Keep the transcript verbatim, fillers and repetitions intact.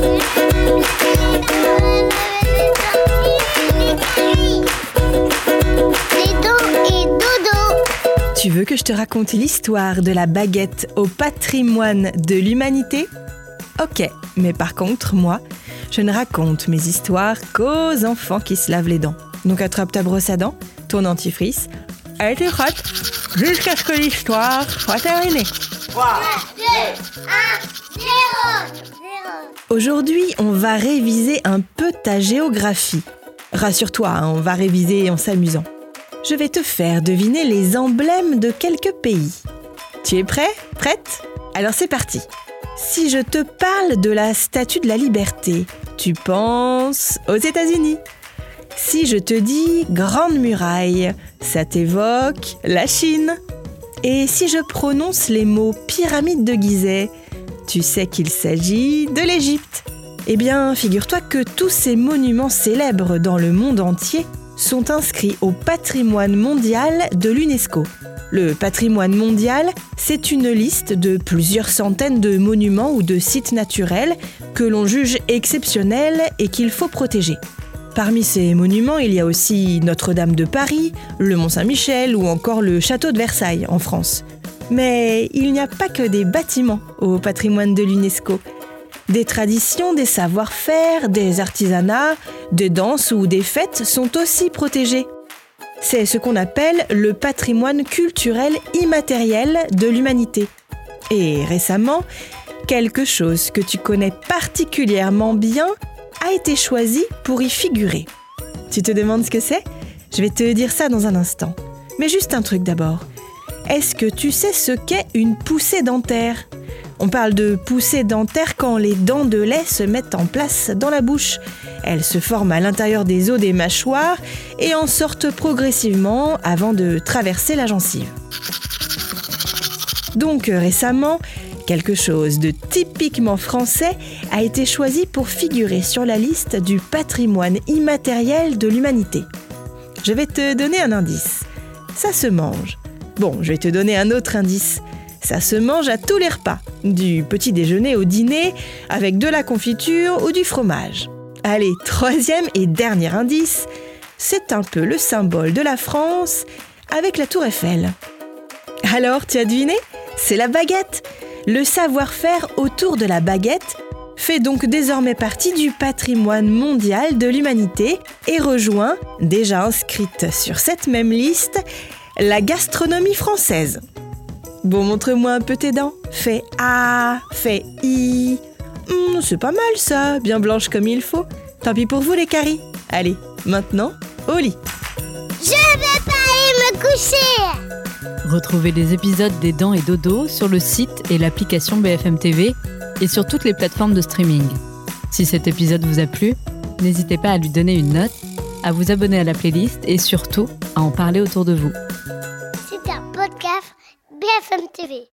Tu veux que je te raconte l'histoire de la baguette au patrimoine de l'humanité ? Ok, mais par contre, moi, je ne raconte mes histoires qu'aux enfants qui se lavent les dents. Donc attrape ta brosse à dents, ton dentifrice, et tu frottes jusqu'à ce que l'histoire soit terminée. trois, deux, un, zéro. Aujourd'hui, on va réviser un peu ta géographie. Rassure-toi, hein, on va réviser en s'amusant. Je vais te faire deviner les emblèmes de quelques pays. Tu es prêt ? Prête ? Alors c'est parti. Si je te parle de la Statue de la Liberté, tu penses aux États-Unis. Si je te dis Grande Muraille, ça t'évoque la Chine. Et si je prononce les mots Pyramide de Gizeh, tu sais qu'il s'agit de l'Égypte. Eh bien, figure-toi que tous ces monuments célèbres dans le monde entier sont inscrits au patrimoine mondial de l'UNESCO. Le patrimoine mondial, c'est une liste de plusieurs centaines de monuments ou de sites naturels que l'on juge exceptionnels et qu'il faut protéger. Parmi ces monuments, il y a aussi Notre-Dame de Paris, le Mont-Saint-Michel ou encore le Château de Versailles en France. Mais il n'y a pas que des bâtiments au patrimoine de l'UNESCO. Des traditions, des savoir-faire, des artisanats, des danses ou des fêtes sont aussi protégés. C'est ce qu'on appelle le patrimoine culturel immatériel de l'humanité. Et récemment, quelque chose que tu connais particulièrement bien a été choisi pour y figurer. Tu te demandes ce que c'est ? Je vais te dire ça dans un instant. Mais juste un truc d'abord. Est-ce que tu sais ce qu'est une poussée dentaire ? On parle de poussée dentaire quand les dents de lait se mettent en place dans la bouche. Elles se forment à l'intérieur des os des mâchoires et en sortent progressivement avant de traverser la gencive. Donc récemment, quelque chose de typiquement français a été choisi pour figurer sur la liste du patrimoine immatériel de l'humanité. Je vais te donner un indice. Ça se mange. Bon, je vais te donner un autre indice. Ça se mange à tous les repas, du petit déjeuner au dîner, avec de la confiture ou du fromage. Allez, troisième et dernier indice, c'est un peu le symbole de la France avec la tour Eiffel. Alors, tu as deviné ? C'est la baguette. Le savoir-faire autour de la baguette fait donc désormais partie du patrimoine mondial de l'humanité et rejoint, déjà inscrite sur cette même liste, la gastronomie française. Bon, montre-moi un peu tes dents. Fais A, fais I. Mmh, c'est pas mal ça, bien blanche comme il faut. Tant pis pour vous les caries. Allez, maintenant, au lit. Je vais pas aller me coucher. Retrouvez les épisodes des Dents et Dodo sur le site et l'application B F M T V et sur toutes les plateformes de streaming. Si cet épisode vous a plu, n'hésitez pas à lui donner une note, à vous abonner à la playlist et surtout à en parler autour de vous. C'est un podcast B F M T V.